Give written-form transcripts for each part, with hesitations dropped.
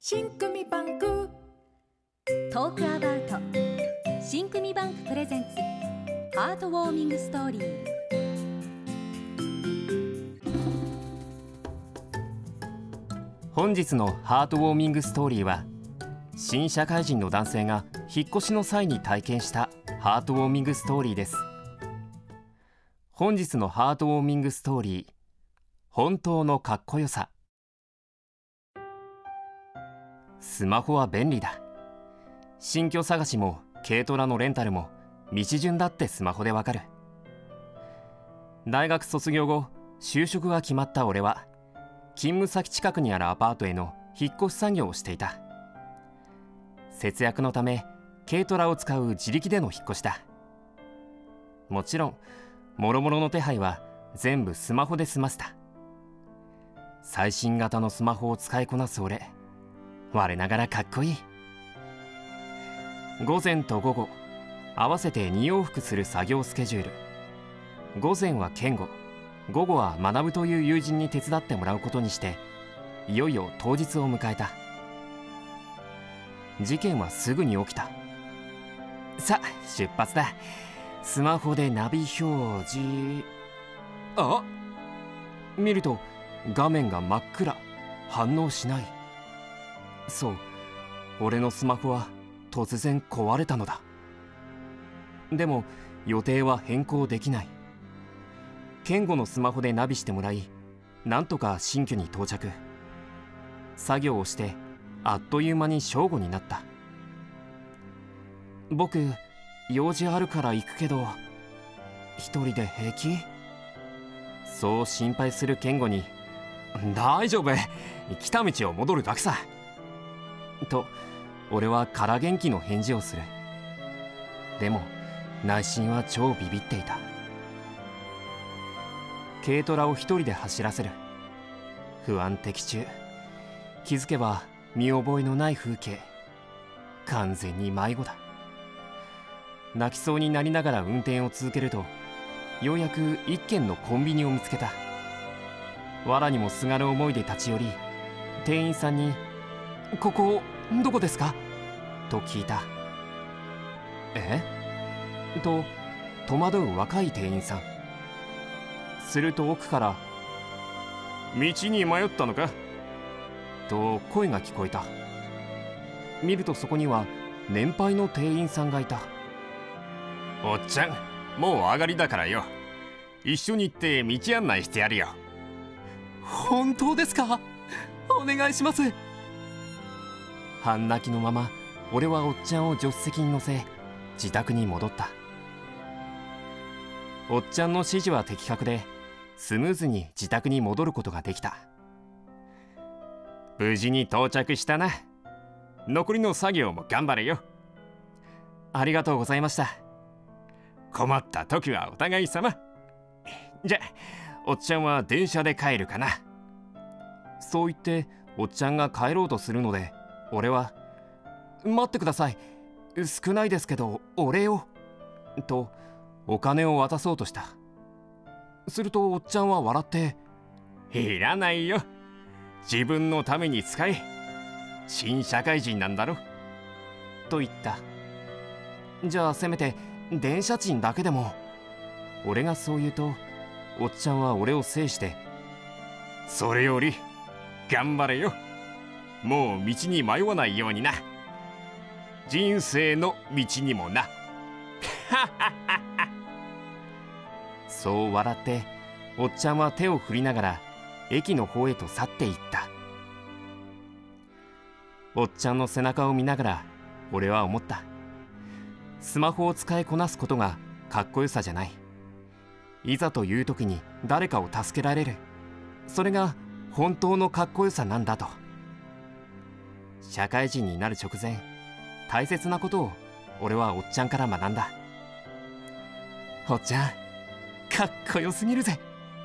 新組バンクトークアバウト新組バンクプレゼンツハートウォーミングストーリー。 本日のハートウォーミングストーリーは、新社会人の男性が引っ越しの際に体験したハートウォーミングストーリーです。本日のハートウォーミングストーリー、本当のかっこよさ。スマホは便利だ。新居探しも軽トラのレンタルも道順だってスマホでわかる。大学卒業後、就職が決まった俺は勤務先近くにあるアパートへの引っ越し作業をしていた。節約のため軽トラを使う自力での引っ越しだ。もちろん諸々の手配は全部スマホで済ませた。最新型のスマホを使いこなす俺、我ながらかっこいい。午前と午後合わせて2往復する作業スケジュール。午前は健吾、午後は学という友人に手伝ってもらうことにして、いよいよ当日を迎えた。事件はすぐに起きた。さあ出発だ。スマホでナビ表示。あ、見ると画面が真っ暗、反応しない。そう、俺のスマホは突然壊れたのだ。でも予定は変更できない。健吾のスマホでナビしてもらい、なんとか新居に到着。作業をしてあっという間に正午になった。僕、用事あるから行くけど一人で平気？そう心配する健吾に、大丈夫、来た道を戻るだけさと俺は空元気の返事をする。でも内心は超ビビっていた。軽トラを一人で走らせる。不安的中。気づけば見覚えのない風景。完全に迷子だ。泣きそうになりながら運転を続けると、ようやく一軒のコンビニを見つけた。藁にもすがる思いで立ち寄り、店員さんに「ここどこですか？」と聞いた。え？と戸惑う若い店員さん。すると奥から「道に迷ったのか？」と声が聞こえた。見るとそこには年配の店員さんがいた。おっちゃん、もう上がりだからよ。一緒に行って道案内してやるよ。 本当ですか？お願いします。 半泣きのまま俺はおっちゃんを助手席に乗せ、自宅に戻った。おっちゃんの指示は的確で、スムーズに自宅に戻ることができた。無事に到着したな。残りの作業も頑張れよ。ありがとうございました。困った時はお互い様。じゃ、おっちゃんは電車で帰るかな。そう言っておっちゃんが帰ろうとするので、俺は「待ってください、少ないですけどお礼を」とお金を渡そうとした。するとおっちゃんは笑って「いらないよ、自分のために使え、新社会人なんだろ」と言った。じゃあせめて電車賃だけでも。俺がそう言うとおっちゃんは俺を制して「それより頑張れよ、もう道に迷わないようにな、人生の道にもな」そう笑っておっちゃんは手を振りながら駅の方へと去っていった。おっちゃんの背中を見ながら俺は思った。スマホを使いこなすことがかっこよさじゃない。いざという時に誰かを助けられる、それが本当のかっこよさなんだと。社会人になる直前、大切なことを俺はおっちゃんから学んだ。おっちゃん、かっこよすぎるぜ。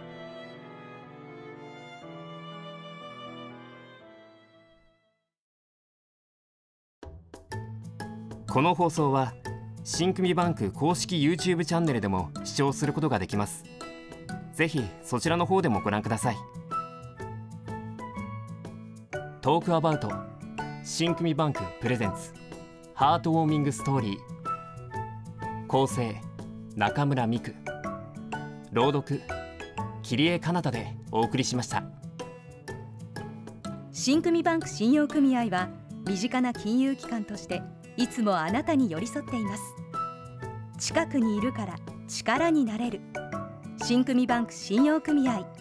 この放送は新組バンク公式 YouTube チャンネルでも視聴することができます。ぜひそちらの方でもご覧ください。トークアバウト新組バンクプレゼンツハートウォーミングストーリー、構成中村美久、朗読桐江かなたでお送りしました。 新組バンク信用組合は身近な金融機関としていつもあなたに寄り添っています。近くにいるから力になれる。新組バンク信用組合。